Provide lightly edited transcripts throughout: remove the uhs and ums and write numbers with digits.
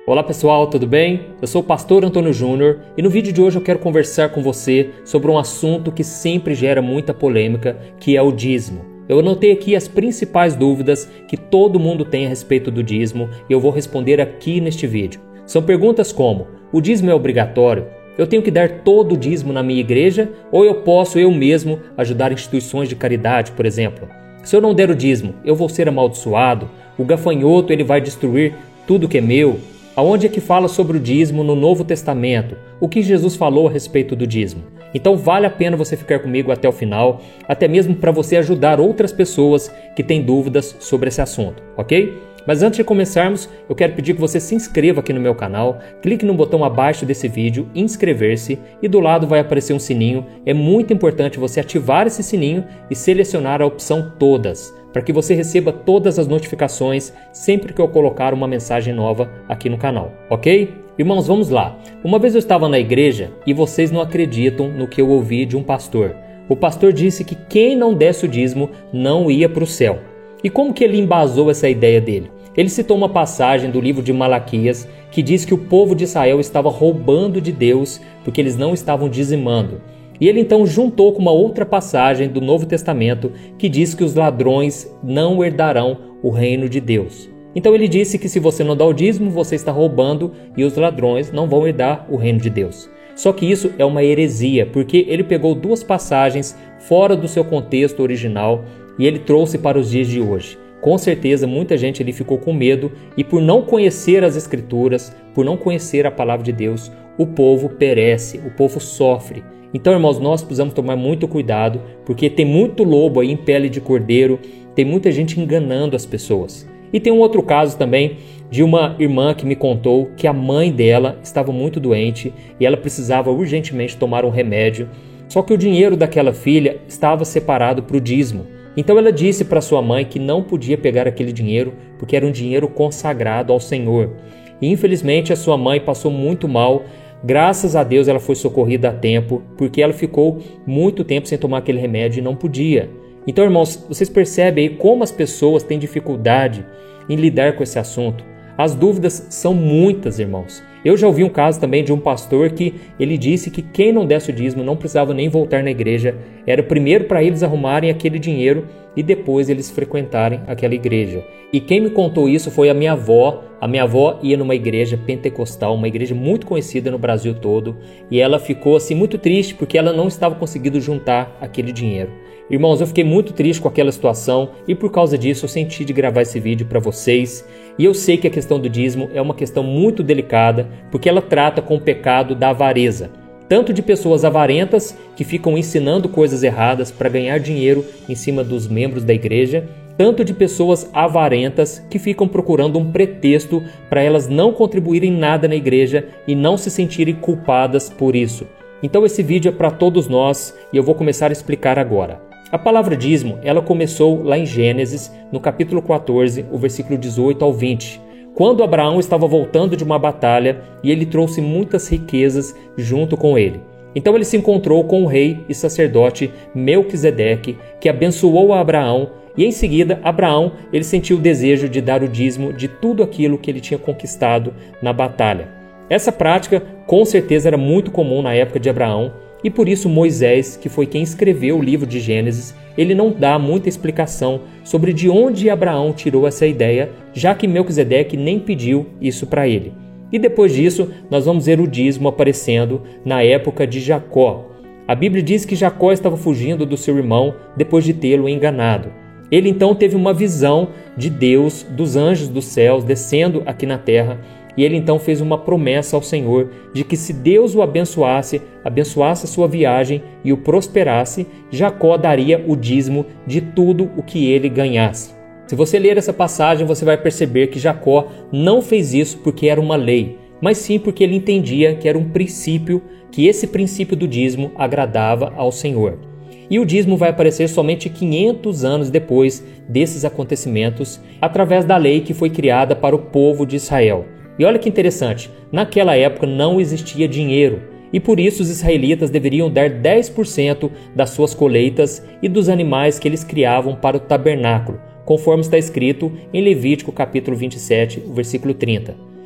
Olá pessoal, tudo bem? Eu sou o pastor Antônio Júnior e no vídeo de hoje eu quero conversar com você sobre um assunto que sempre gera muita polêmica, que é o dízimo. Eu anotei aqui as principais dúvidas que todo mundo tem a respeito do dízimo e eu vou responder aqui neste vídeo. São perguntas como: o dízimo é obrigatório? Eu tenho que dar todo o dízimo na minha igreja ou eu posso eu mesmo ajudar instituições de caridade, por exemplo? Se eu não der o dízimo, eu vou ser amaldiçoado? O gafanhoto ele vai destruir tudo que é meu? Aonde é que fala sobre o dízimo no Novo Testamento? O que Jesus falou a respeito do dízimo? Então vale a pena você ficar comigo até o final, até mesmo para você ajudar outras pessoas que têm dúvidas sobre esse assunto, ok? Mas antes de começarmos, eu quero pedir que você se inscreva aqui no meu canal, clique no botão abaixo desse vídeo, inscrever-se, e do lado vai aparecer um sininho. É muito importante você ativar esse sininho e selecionar a opção todas, para que você receba todas as notificações sempre que eu colocar uma mensagem nova aqui no canal, ok? Irmãos, vamos lá. Uma vez eu estava na igreja e vocês não acreditam no que eu ouvi de um pastor. O pastor disse que quem não desse o dízimo não ia para o céu. E como que ele embasou essa ideia dele? Ele citou uma passagem do livro de Malaquias que diz que o povo de Israel estava roubando de Deus porque eles não estavam dizimando. E ele então juntou com uma outra passagem do Novo Testamento que diz que os ladrões não herdarão o reino de Deus. Então ele disse que se você não dá o dízimo, você está roubando e os ladrões não vão herdar o reino de Deus. Só que isso é uma heresia, porque ele pegou duas passagens fora do seu contexto original e ele trouxe para os dias de hoje. Com certeza muita gente ali ficou com medo e por não conhecer as Escrituras, por não conhecer a palavra de Deus, o povo perece, o povo sofre. Então, irmãos, nós precisamos tomar muito cuidado, porque tem muito lobo aí em pele de cordeiro, tem muita gente enganando as pessoas. E tem um outro caso também de uma irmã que me contou que a mãe dela estava muito doente e ela precisava urgentemente tomar um remédio, só que o dinheiro daquela filha estava separado para o dízimo. Então ela disse para sua mãe que não podia pegar aquele dinheiro porque era um dinheiro consagrado ao Senhor. E infelizmente a sua mãe passou muito mal. Graças a Deus ela foi socorrida a tempo, porque ela ficou muito tempo sem tomar aquele remédio e não podia. Então, irmãos, vocês percebem aí como as pessoas têm dificuldade em lidar com esse assunto. As dúvidas são muitas, irmãos. Eu já ouvi um caso também de um pastor que ele disse que quem não desse o dízimo não precisava nem voltar na igreja. Era primeiro para eles arrumarem aquele dinheiro e depois eles frequentarem aquela igreja. E quem me contou isso foi a minha avó. A minha avó ia numa igreja pentecostal, uma igreja muito conhecida no Brasil todo, e ela ficou assim muito triste porque ela não estava conseguindo juntar aquele dinheiro. Irmãos, eu fiquei muito triste com aquela situação e por causa disso eu senti de gravar esse vídeo para vocês. E eu sei que a questão do dízimo é uma questão muito delicada porque ela trata com o pecado da avareza. Tanto de pessoas avarentas que ficam ensinando coisas erradas para ganhar dinheiro em cima dos membros da igreja, tanto de pessoas avarentas que ficam procurando um pretexto para elas não contribuírem nada na igreja e não se sentirem culpadas por isso. Então esse vídeo é para todos nós e eu vou começar a explicar agora. A palavra dízimo, ela começou lá em Gênesis, no capítulo 14, o versículo 18 ao 20, quando Abraão estava voltando de uma batalha e ele trouxe muitas riquezas junto com ele. Então ele se encontrou com o rei e sacerdote Melquisedeque, que abençoou a Abraão, e em seguida Abraão ele sentiu o desejo de dar o dízimo de tudo aquilo que ele tinha conquistado na batalha. Essa prática com certeza era muito comum na época de Abraão, e por isso Moisés, que foi quem escreveu o livro de Gênesis, ele não dá muita explicação sobre de onde Abraão tirou essa ideia, já que Melquisedeque nem pediu isso para ele. E depois disso, nós vamos ver o dízimo aparecendo na época de Jacó. A Bíblia diz que Jacó estava fugindo do seu irmão depois de tê-lo enganado. Ele então teve uma visão de Deus, dos anjos dos céus descendo aqui na terra, e ele então fez uma promessa ao Senhor de que se Deus o abençoasse a sua viagem e o prosperasse, Jacó daria o dízimo de tudo o que ele ganhasse. Se você ler essa passagem, você vai perceber que Jacó não fez isso porque era uma lei, mas sim porque ele entendia que era um princípio, que esse princípio do dízimo agradava ao Senhor. E o dízimo vai aparecer somente 500 anos depois desses acontecimentos, através da lei que foi criada para o povo de Israel. E olha que interessante, naquela época não existia dinheiro, e por isso os israelitas deveriam dar 10% das suas colheitas e dos animais que eles criavam para o tabernáculo, conforme está escrito em Levítico capítulo 27, versículo 30.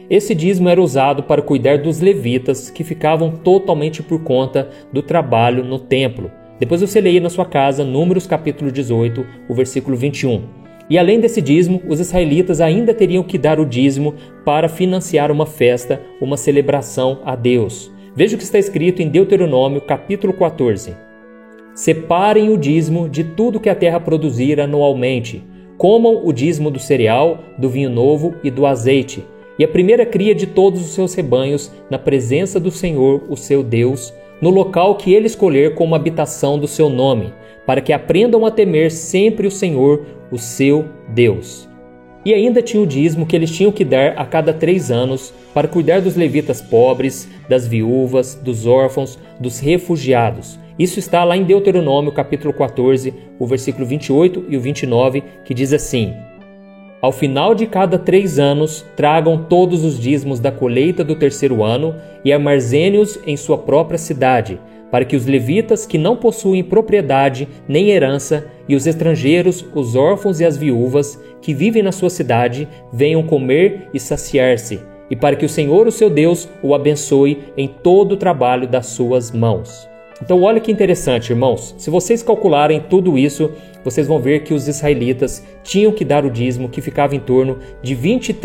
Esse dízimo era usado para cuidar dos levitas, que ficavam totalmente por conta do trabalho no templo. Depois você leia na sua casa Números capítulo 18, o versículo 21. E além desse dízimo, os israelitas ainda teriam que dar o dízimo para financiar uma festa, uma celebração a Deus. Veja o que está escrito em Deuteronômio capítulo 14. Separem o dízimo de tudo que a terra produzir anualmente. Comam o dízimo do cereal, do vinho novo e do azeite, e a primeira cria de todos os seus rebanhos, na presença do Senhor, o seu Deus, no local que ele escolher como habitação do seu nome, para que aprendam a temer sempre o Senhor, o seu Deus. E ainda tinha o dízimo que eles tinham que dar a cada 3 anos para cuidar dos levitas pobres, das viúvas, dos órfãos, dos refugiados. Isso está lá em Deuteronômio capítulo 14, o versículo 28 e o 29, que diz assim: Ao final de cada 3 anos, tragam todos os dízimos da colheita do 3º ano e armazene-os em sua própria cidade, para que os levitas que não possuem propriedade nem herança e os estrangeiros, os órfãos e as viúvas que vivem na sua cidade venham comer e saciar-se, e para que o Senhor, o seu Deus, o abençoe em todo o trabalho das suas mãos. Então olha que interessante, irmãos. Se vocês calcularem tudo isso, vocês vão ver que os israelitas tinham que dar o dízimo, que ficava em torno de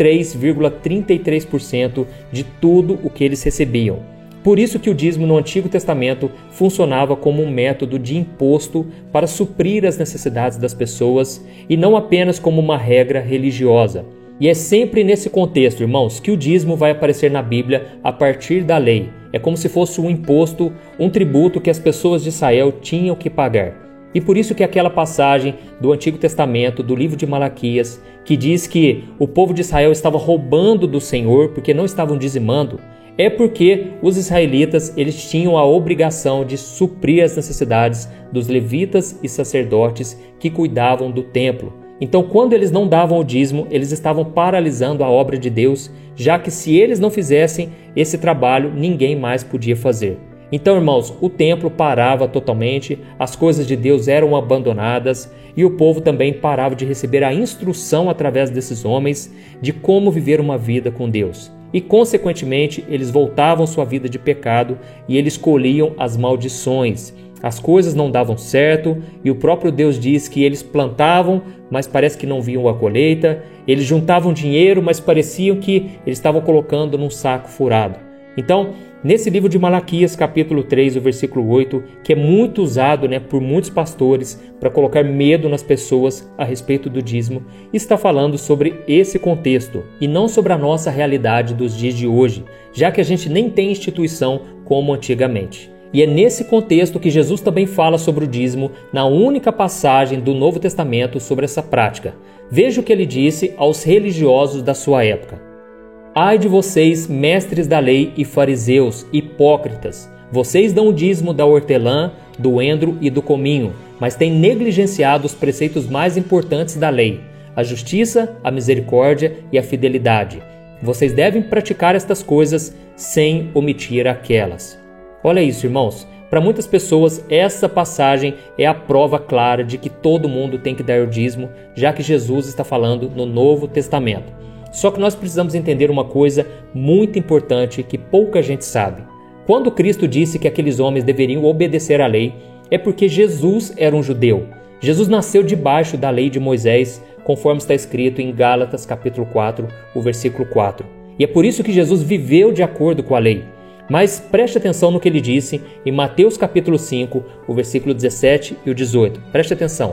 23,33% de tudo o que eles recebiam. Por isso que o dízimo no Antigo Testamento funcionava como um método de imposto para suprir as necessidades das pessoas e não apenas como uma regra religiosa. E é sempre nesse contexto, irmãos, que o dízimo vai aparecer na Bíblia a partir da lei. É como se fosse um imposto, um tributo que as pessoas de Israel tinham que pagar. E por isso que aquela passagem do Antigo Testamento, do livro de Malaquias, que diz que o povo de Israel estava roubando do Senhor porque não estavam dizimando, é porque os israelitas eles tinham a obrigação de suprir as necessidades dos levitas e sacerdotes que cuidavam do templo. Então, quando eles não davam o dízimo, eles estavam paralisando a obra de Deus, já que se eles não fizessem esse trabalho, ninguém mais podia fazer. Então, irmãos, o templo parava totalmente, as coisas de Deus eram abandonadas e o povo também parava de receber a instrução através desses homens de como viver uma vida com Deus. E, consequentemente, eles voltavam sua vida de pecado e eles colhiam as maldições. As coisas não davam certo e o próprio Deus diz que eles plantavam, mas parece que não viam a colheita. Eles juntavam dinheiro, mas pareciam que eles estavam colocando num saco furado. Então, nesse livro de Malaquias, capítulo 3, o versículo 8, que é muito usado por muitos pastores para colocar medo nas pessoas a respeito do dízimo, está falando sobre esse contexto e não sobre a nossa realidade dos dias de hoje, já que a gente nem tem instituição como antigamente. E é nesse contexto que Jesus também fala sobre o dízimo na única passagem do Novo Testamento sobre essa prática. Veja o que ele disse aos religiosos da sua época. Ai de vocês, mestres da lei e fariseus, hipócritas! Vocês dão o dízimo da hortelã, do endro e do cominho, mas têm negligenciado os preceitos mais importantes da lei, a justiça, a misericórdia e a fidelidade. Vocês devem praticar estas coisas sem omitir aquelas. Olha isso, irmãos. Para muitas pessoas, essa passagem é a prova clara de que todo mundo tem que dar o dízimo, já que Jesus está falando no Novo Testamento. Só que nós precisamos entender uma coisa muito importante que pouca gente sabe. Quando Cristo disse que aqueles homens deveriam obedecer à lei, é porque Jesus era um judeu. Jesus nasceu debaixo da lei de Moisés, conforme está escrito em Gálatas capítulo 4, o versículo 4. E é por isso que Jesus viveu de acordo com a lei. Mas preste atenção no que ele disse em Mateus capítulo 5, o versículo 17 e o 18. Preste atenção.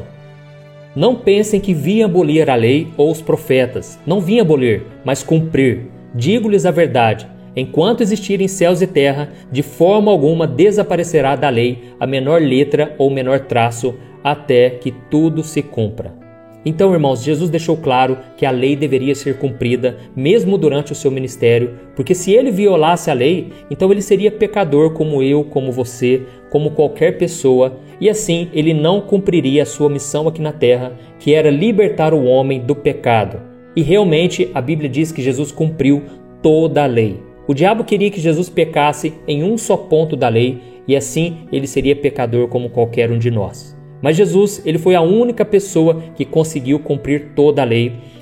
Não pensem que vim abolir a lei ou os profetas. Não vim abolir, mas cumprir. Digo-lhes a verdade. Enquanto existirem céus e terra, de forma alguma desaparecerá da lei a menor letra ou menor traço, até que tudo se cumpra. Então, irmãos, Jesus deixou claro que a lei deveria ser cumprida, mesmo durante o seu ministério, porque se ele violasse a lei, então ele seria pecador como eu, como você, como qualquer pessoa, e assim ele não cumpriria a sua missão aqui na terra, que era libertar o homem do pecado. E realmente a Bíblia diz que Jesus cumpriu toda a lei. O diabo queria que Jesus pecasse em um só ponto da lei, e assim ele seria pecador como qualquer um de nós. Mas Jesus, ele foi a única pessoa que conseguiu cumprir toda a lei.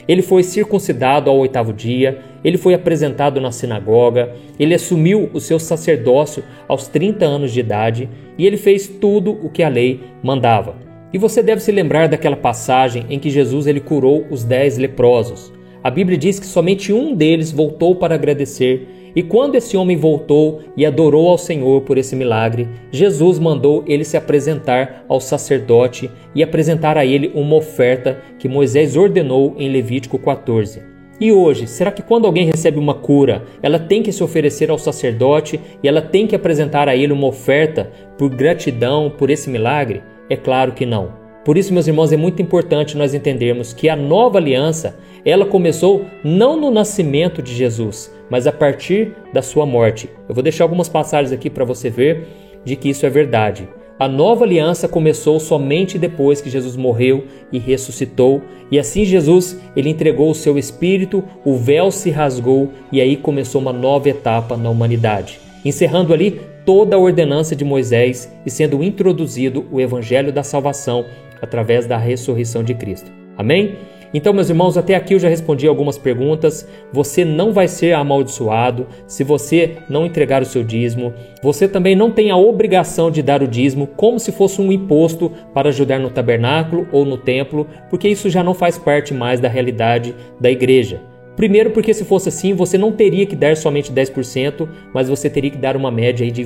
Ele foi circuncidado ao 8º dia, ele foi apresentado na sinagoga, ele assumiu o seu sacerdócio aos 30 anos de idade e ele fez tudo o que a lei mandava. E você deve se lembrar daquela passagem em que Jesus ele curou os 10 leprosos. A Bíblia diz que somente um deles voltou para agradecer, e quando esse homem voltou e adorou ao Senhor por esse milagre, Jesus mandou ele se apresentar ao sacerdote e apresentar a ele uma oferta que Moisés ordenou em Levítico 14. E hoje, será que quando alguém recebe uma cura, ela tem que se oferecer ao sacerdote e ela tem que apresentar a ele uma oferta por gratidão por esse milagre? É claro que não. Por isso, meus irmãos, é muito importante nós entendermos que a nova aliança, ela começou não no nascimento de Jesus, mas a partir da sua morte. Eu vou deixar algumas passagens aqui para você ver de que isso é verdade. A nova aliança começou somente depois que Jesus morreu e ressuscitou, e assim Jesus ele entregou o seu Espírito, o véu se rasgou e aí começou uma nova etapa na humanidade, encerrando ali toda a ordenança de Moisés e sendo introduzido o Evangelho da Salvação através da ressurreição de Cristo. Amém? Então, meus irmãos, até aqui eu já respondi algumas perguntas. Você não vai ser amaldiçoado se você não entregar o seu dízimo. Você também não tem a obrigação de dar o dízimo como se fosse um imposto para ajudar no tabernáculo ou no templo, porque isso já não faz parte mais da realidade da igreja. Primeiro porque se fosse assim, você não teria que dar somente 10%, mas você teria que dar uma média aí de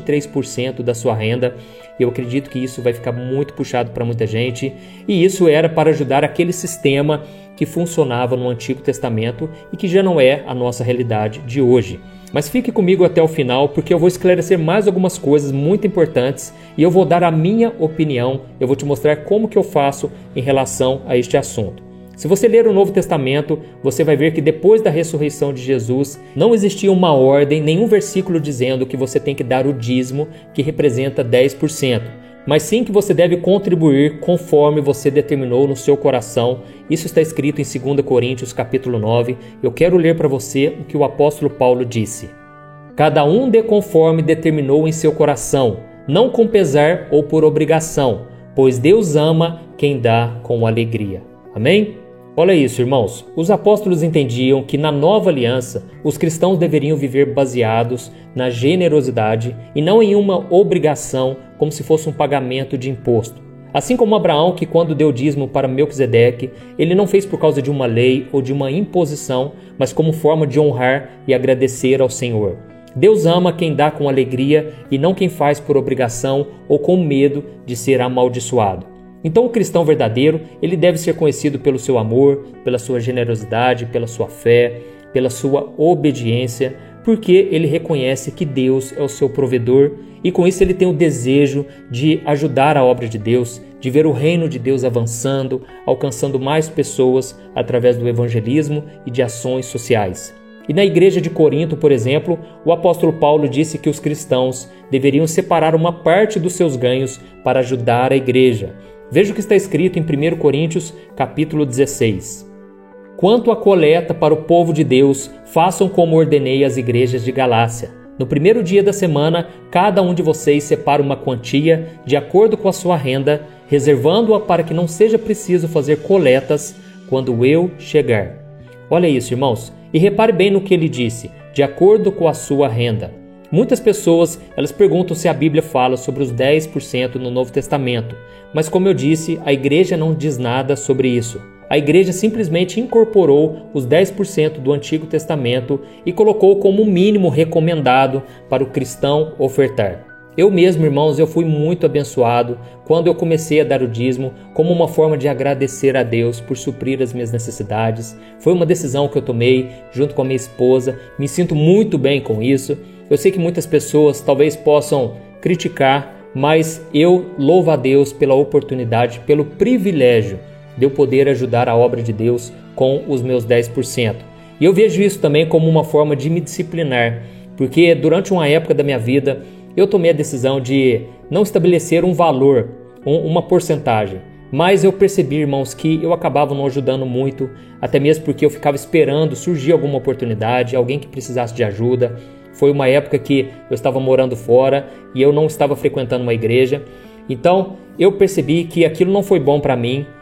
23% da sua renda. Eu acredito que isso vai ficar muito puxado para muita gente. E isso era para ajudar aquele sistema que funcionava no Antigo Testamento e que já não é a nossa realidade de hoje. Mas fique comigo até o final, porque eu vou esclarecer mais algumas coisas muito importantes e eu vou dar a minha opinião. Eu vou te mostrar como que eu faço em relação a este assunto. Se você ler o Novo Testamento, você vai ver que depois da ressurreição de Jesus, não existia uma ordem, nenhum versículo dizendo que você tem que dar o dízimo, que representa 10%, mas sim que você deve contribuir conforme você determinou no seu coração. Isso está escrito em 2 Coríntios capítulo 9. Eu quero ler para você o que o apóstolo Paulo disse. Cada um dê conforme determinou em seu coração, não com pesar ou por obrigação, pois Deus ama quem dá com alegria. Amém? Olha isso, irmãos. Os apóstolos entendiam que na nova aliança, os cristãos deveriam viver baseados na generosidade e não em uma obrigação, como se fosse um pagamento de imposto. Assim como Abraão, que quando deu dízimo para Melquisedeque, ele não fez por causa de uma lei ou de uma imposição, mas como forma de honrar e agradecer ao Senhor. Deus ama quem dá com alegria e não quem faz por obrigação ou com medo de ser amaldiçoado. Então o cristão verdadeiro, ele deve ser conhecido pelo seu amor, pela sua generosidade, pela sua fé, pela sua obediência, porque ele reconhece que Deus é o seu provedor e com isso ele tem o desejo de ajudar a obra de Deus, de ver o reino de Deus avançando, alcançando mais pessoas através do evangelismo e de ações sociais. E na igreja de Corinto, por exemplo, o apóstolo Paulo disse que os cristãos deveriam separar uma parte dos seus ganhos para ajudar a igreja. Veja o que está escrito em 1 Coríntios, capítulo 16. Quanto à coleta para o povo de Deus, façam como ordenei às igrejas de Galácia. No primeiro dia da semana, cada um de vocês separa uma quantia de acordo com a sua renda, reservando-a para que não seja preciso fazer coletas quando eu chegar. Olha isso, irmãos. E repare bem no que ele disse, de acordo com a sua renda. Muitas pessoas, elas perguntam se a Bíblia fala sobre os 10% no Novo Testamento, mas como eu disse, a igreja não diz nada sobre isso. A igreja simplesmente incorporou os 10% do Antigo Testamento e colocou como mínimo recomendado para o cristão ofertar. Eu mesmo, irmãos, eu fui muito abençoado quando eu comecei a dar o dízimo como uma forma de agradecer a Deus por suprir as minhas necessidades. Foi uma decisão que eu tomei junto com a minha esposa, me sinto muito bem com isso. Eu sei que muitas pessoas talvez possam criticar, mas eu louvo a Deus pela oportunidade, pelo privilégio de eu poder ajudar a obra de Deus com os meus 10%. E eu vejo isso também como uma forma de me disciplinar, porque durante uma época da minha vida eu tomei a decisão de não estabelecer um valor, uma porcentagem, mas eu percebi, irmãos, que eu acabava não ajudando muito, até mesmo porque eu ficava esperando surgir alguma oportunidade, alguém que precisasse de ajuda. Foi uma época que eu estava morando fora e eu não estava frequentando uma igreja. Então eu percebi que aquilo não foi bom para mim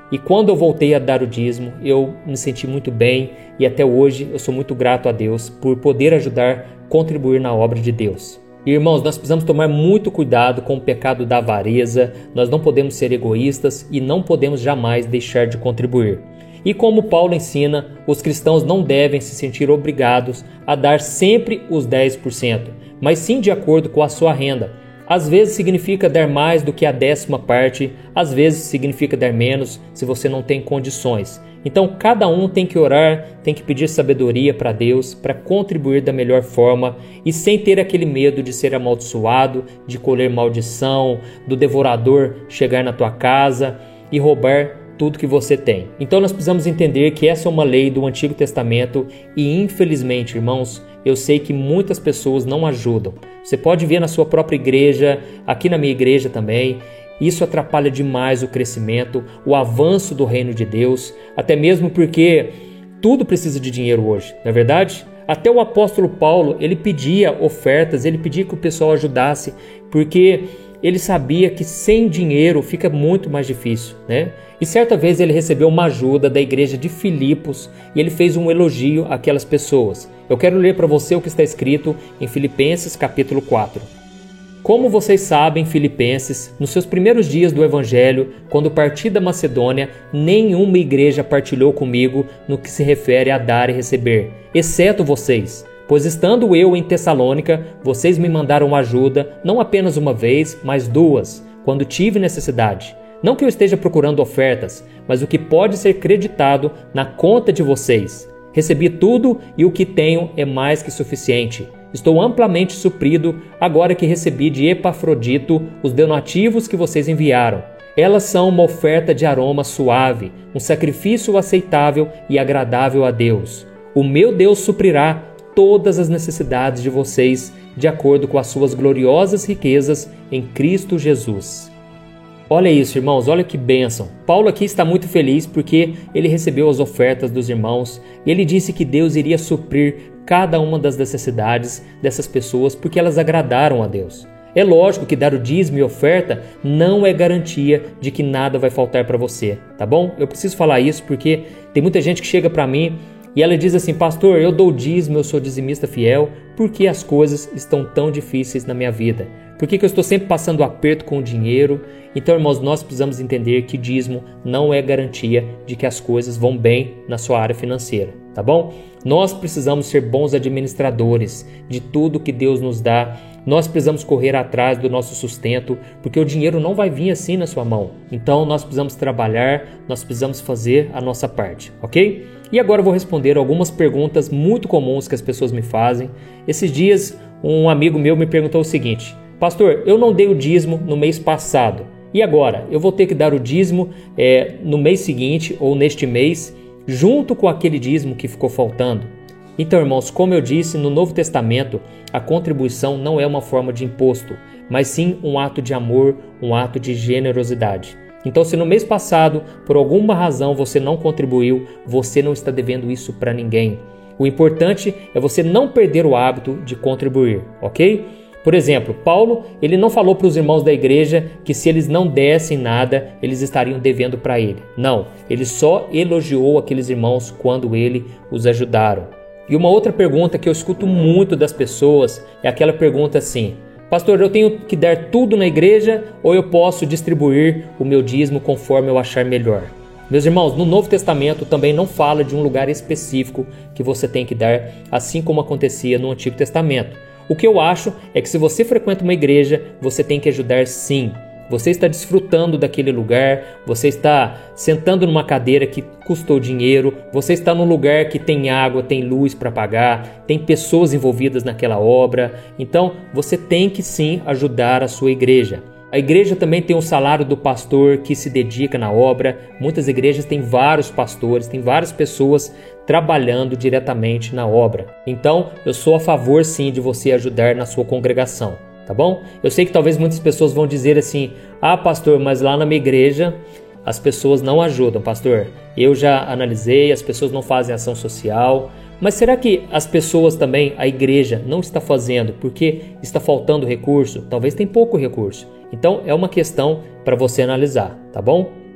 E quando eu voltei a dar o dízimo, eu me senti muito bem e até hoje eu sou muito grato a Deus por poder ajudar, contribuir na obra de Deus. E, irmãos, nós precisamos tomar muito cuidado com o pecado da avareza, nós não podemos ser egoístas e não podemos jamais deixar de contribuir. E como Paulo ensina, os cristãos não devem se sentir obrigados a dar sempre os 10%, mas sim de acordo com a sua renda. Às vezes significa dar mais do que a 10ª parte, às vezes significa dar menos se você não tem condições. Então cada um tem que orar, tem que pedir sabedoria para Deus para contribuir da melhor forma e sem ter aquele medo de ser amaldiçoado, de colher maldição, do devorador chegar na tua casa e roubar tudo que você tem. Então nós precisamos entender que essa é uma lei do Antigo Testamento e infelizmente, irmãos, eu sei que muitas pessoas não ajudam. Você pode ver na sua própria igreja, aqui na minha igreja também. Isso atrapalha demais o crescimento, o avanço do reino de Deus, até mesmo porque tudo precisa de dinheiro hoje, não é verdade? Até o apóstolo Paulo, ele pedia ofertas, ele pedia que o pessoal ajudasse, porque ele sabia que sem dinheiro fica muito mais difícil, né? E certa vez ele recebeu uma ajuda da igreja de Filipos e ele fez um elogio àquelas pessoas. Eu quero ler para você o que está escrito em Filipenses capítulo 4. Como vocês sabem, filipenses, nos seus primeiros dias do Evangelho, quando parti da Macedônia, nenhuma igreja partilhou comigo no que se refere a dar e receber, exceto vocês. Pois estando eu em Tessalônica, vocês me mandaram ajuda, não apenas uma vez, mas 2, quando tive necessidade. Não que eu esteja procurando ofertas, mas o que pode ser creditado na conta de vocês. Recebi tudo e o que tenho é mais que suficiente. Estou amplamente suprido agora que recebi de Epafrodito os donativos que vocês enviaram. Elas são uma oferta de aroma suave, um sacrifício aceitável e agradável a Deus. O meu Deus suprirá todas as necessidades de vocês de acordo com as suas gloriosas riquezas em Cristo Jesus. Olha isso, irmãos, olha que bênção. Paulo aqui está muito feliz porque ele recebeu as ofertas dos irmãos e ele disse que Deus iria suprir cada uma das necessidades dessas pessoas porque elas agradaram a Deus. É lógico que dar o dízimo e oferta não é garantia de que nada vai faltar para você, tá bom? Eu preciso falar isso porque tem muita gente que chega para mim e ela diz assim: pastor, eu dou dízimo, eu sou dizimista fiel, por que as coisas estão tão difíceis na minha vida? Por que eu estou sempre passando aperto com o dinheiro? Então, irmãos, nós precisamos entender que dízimo não é garantia de que as coisas vão bem na sua área financeira, tá bom? Nós precisamos ser bons administradores de tudo que Deus nos dá. Nós precisamos correr atrás do nosso sustento, porque o dinheiro não vai vir assim na sua mão. Então, nós precisamos trabalhar, nós precisamos fazer a nossa parte, ok? E agora eu vou responder algumas perguntas muito comuns que as pessoas me fazem. Esses dias, um amigo meu me perguntou o seguinte: pastor, eu não dei o dízimo no mês passado. E agora? Eu vou ter que dar o dízimo no mês seguinte ou neste mês, junto com aquele dízimo que ficou faltando? Então, irmãos, como eu disse, no Novo Testamento, a contribuição não é uma forma de imposto, mas sim um ato de amor, um ato de generosidade. Então, se no mês passado, por alguma razão, você não contribuiu, você não está devendo isso para ninguém. O importante é você não perder o hábito de contribuir, ok? Por exemplo, Paulo, ele não falou para os irmãos da igreja que se eles não dessem nada, eles estariam devendo para ele. Não, ele só elogiou aqueles irmãos quando ele os ajudaram. E uma outra pergunta que eu escuto muito das pessoas é aquela pergunta assim: pastor, eu tenho que dar tudo na igreja ou eu posso distribuir o meu dízimo conforme eu achar melhor? Meus irmãos, no Novo Testamento também não fala de um lugar específico que você tem que dar, assim como acontecia no Antigo Testamento. O que eu acho é que se você frequenta uma igreja, você tem que ajudar sim. Você está desfrutando daquele lugar, você está sentando numa cadeira que custou dinheiro, você está num lugar que tem água, tem luz para pagar, tem pessoas envolvidas naquela obra. Então, você tem que sim ajudar a sua igreja. A igreja também tem o salário do pastor que se dedica na obra. Muitas igrejas têm vários pastores, tem várias pessoas trabalhando diretamente na obra. Então, eu sou a favor sim de você ajudar na sua congregação, tá bom? Eu sei que talvez muitas pessoas vão dizer assim: ah, pastor, mas lá na minha igreja as pessoas não ajudam, pastor. Eu já analisei, as pessoas não fazem ação social. Mas será que as pessoas também, a igreja, não está fazendo porque está faltando recurso? Talvez tem pouco recurso. Então é uma questão para você analisar, tá bom?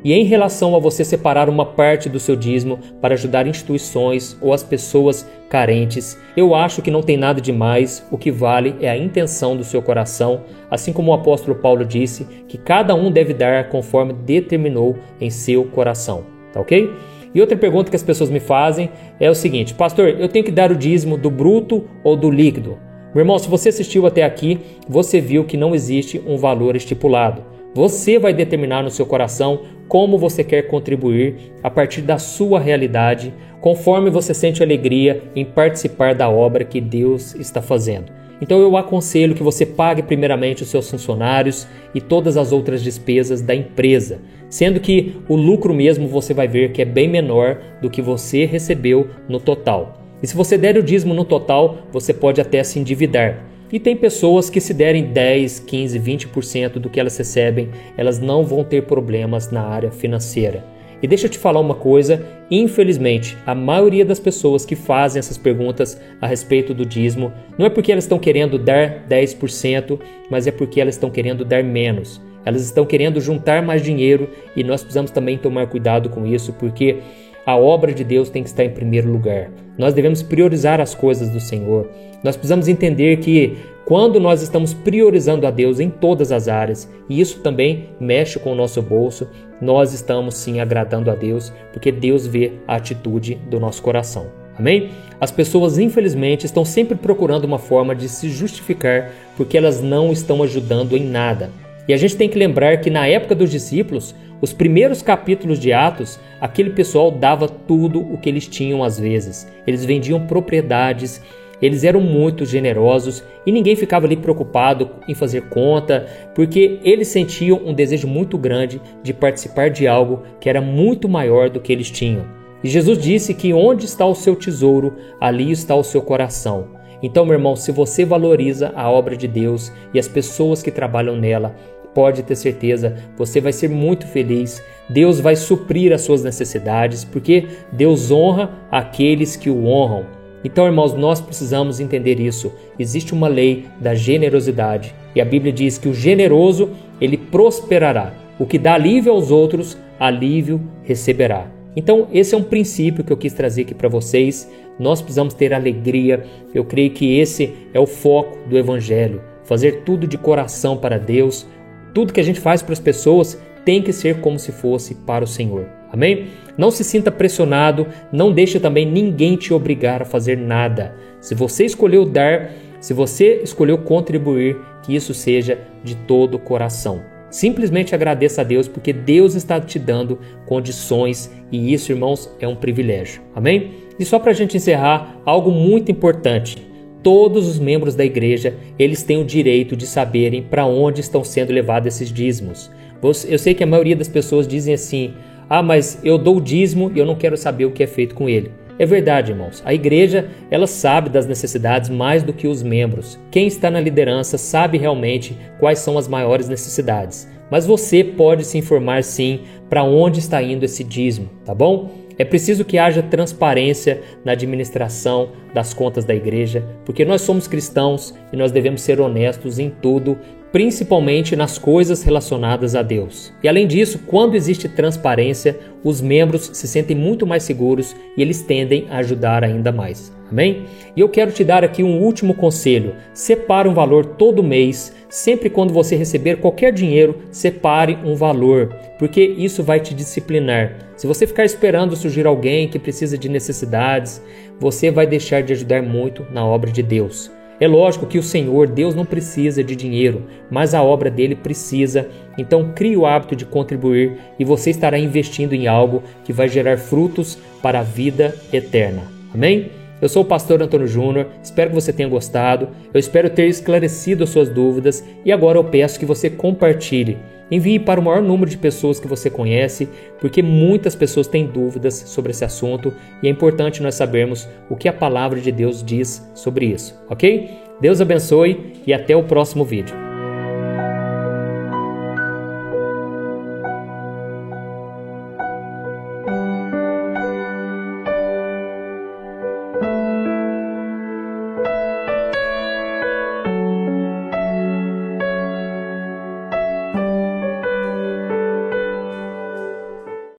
E em relação a você separar uma parte do seu dízimo para ajudar instituições ou as pessoas carentes, eu acho que não tem nada de mais, o que vale é a intenção do seu coração, assim como o apóstolo Paulo disse, que cada um deve dar conforme determinou em seu coração, tá ok? E outra pergunta que as pessoas me fazem é o seguinte: pastor, eu tenho que dar o dízimo do bruto ou do líquido? Meu irmão, se você assistiu até aqui, você viu que não existe um valor estipulado. Você vai determinar no seu coração como você quer contribuir a partir da sua realidade, conforme você sente alegria em participar da obra que Deus está fazendo. Então eu aconselho que você pague primeiramente os seus funcionários e todas as outras despesas da empresa, sendo que o lucro mesmo você vai ver que é bem menor do que você recebeu no total. E se você der o dízimo no total, você pode até se endividar. E tem pessoas que se derem 10, 15, 20% do que elas recebem, elas não vão ter problemas na área financeira. E deixa eu te falar uma coisa, infelizmente, a maioria das pessoas que fazem essas perguntas a respeito do dízimo, não é porque elas estão querendo dar 10%, mas é porque elas estão querendo dar menos. Elas estão querendo juntar mais dinheiro e nós precisamos também tomar cuidado com isso, porque a obra de Deus tem que estar em primeiro lugar. Nós devemos priorizar as coisas do Senhor. Nós precisamos entender que quando nós estamos priorizando a Deus em todas as áreas, e isso também mexe com o nosso bolso, nós estamos sim agradando a Deus, porque Deus vê a atitude do nosso coração. Amém? As pessoas, infelizmente, estão sempre procurando uma forma de se justificar porque elas não estão ajudando em nada. E a gente tem que lembrar que na época dos discípulos, os primeiros capítulos de Atos, aquele pessoal dava tudo o que eles tinham às vezes. Eles vendiam propriedades, eles eram muito generosos e ninguém ficava ali preocupado em fazer conta, porque eles sentiam um desejo muito grande de participar de algo que era muito maior do que eles tinham. E Jesus disse que onde está o seu tesouro, ali está o seu coração. Então, meu irmão, se você valoriza a obra de Deus e as pessoas que trabalham nela, pode ter certeza, você vai ser muito feliz. Deus vai suprir as suas necessidades, porque Deus honra aqueles que o honram. Então, irmãos, nós precisamos entender isso. Existe uma lei da generosidade e a Bíblia diz que o generoso, ele prosperará. O que dá alívio aos outros, alívio receberá. Então, esse é um princípio que eu quis trazer aqui para vocês. Nós precisamos ter alegria. Eu creio que esse é o foco do Evangelho. Fazer tudo de coração para Deus. Tudo que a gente faz para as pessoas tem que ser como se fosse para o Senhor. Amém? Não se sinta pressionado, não deixe também ninguém te obrigar a fazer nada. Se você escolheu dar, se você escolheu contribuir, que isso seja de todo o coração. Simplesmente agradeça a Deus, porque Deus está te dando condições e isso, irmãos, é um privilégio. Amém? E só para a gente encerrar, algo muito importante. Todos os membros da igreja, eles têm o direito de saberem para onde estão sendo levados esses dízimos. Eu sei que a maioria das pessoas dizem assim: mas eu dou o dízimo e eu não quero saber o que é feito com ele. É verdade, irmãos. A igreja, ela sabe das necessidades mais do que os membros. Quem está na liderança sabe realmente quais são as maiores necessidades. Mas você pode se informar sim para onde está indo esse dízimo, tá bom? É preciso que haja transparência na administração das contas da igreja, porque nós somos cristãos e nós devemos ser honestos em tudo, principalmente nas coisas relacionadas a Deus. E além disso, quando existe transparência, os membros se sentem muito mais seguros e eles tendem a ajudar ainda mais. Amém? E eu quero te dar aqui um último conselho. Separe um valor todo mês. Sempre quando você receber qualquer dinheiro, separe um valor, porque isso vai te disciplinar. Se você ficar esperando surgir alguém que precisa de necessidades, você vai deixar de ajudar muito na obra de Deus. É lógico que o Senhor, Deus não precisa de dinheiro, mas a obra dele precisa. Então crie o hábito de contribuir e você estará investindo em algo que vai gerar frutos para a vida eterna. Amém? Eu sou o pastor Antônio Júnior, espero que você tenha gostado, eu espero ter esclarecido as suas dúvidas e agora eu peço que você compartilhe. Envie para o maior número de pessoas que você conhece, porque muitas pessoas têm dúvidas sobre esse assunto e é importante nós sabermos o que a palavra de Deus diz sobre isso, ok? Deus abençoe e até o próximo vídeo.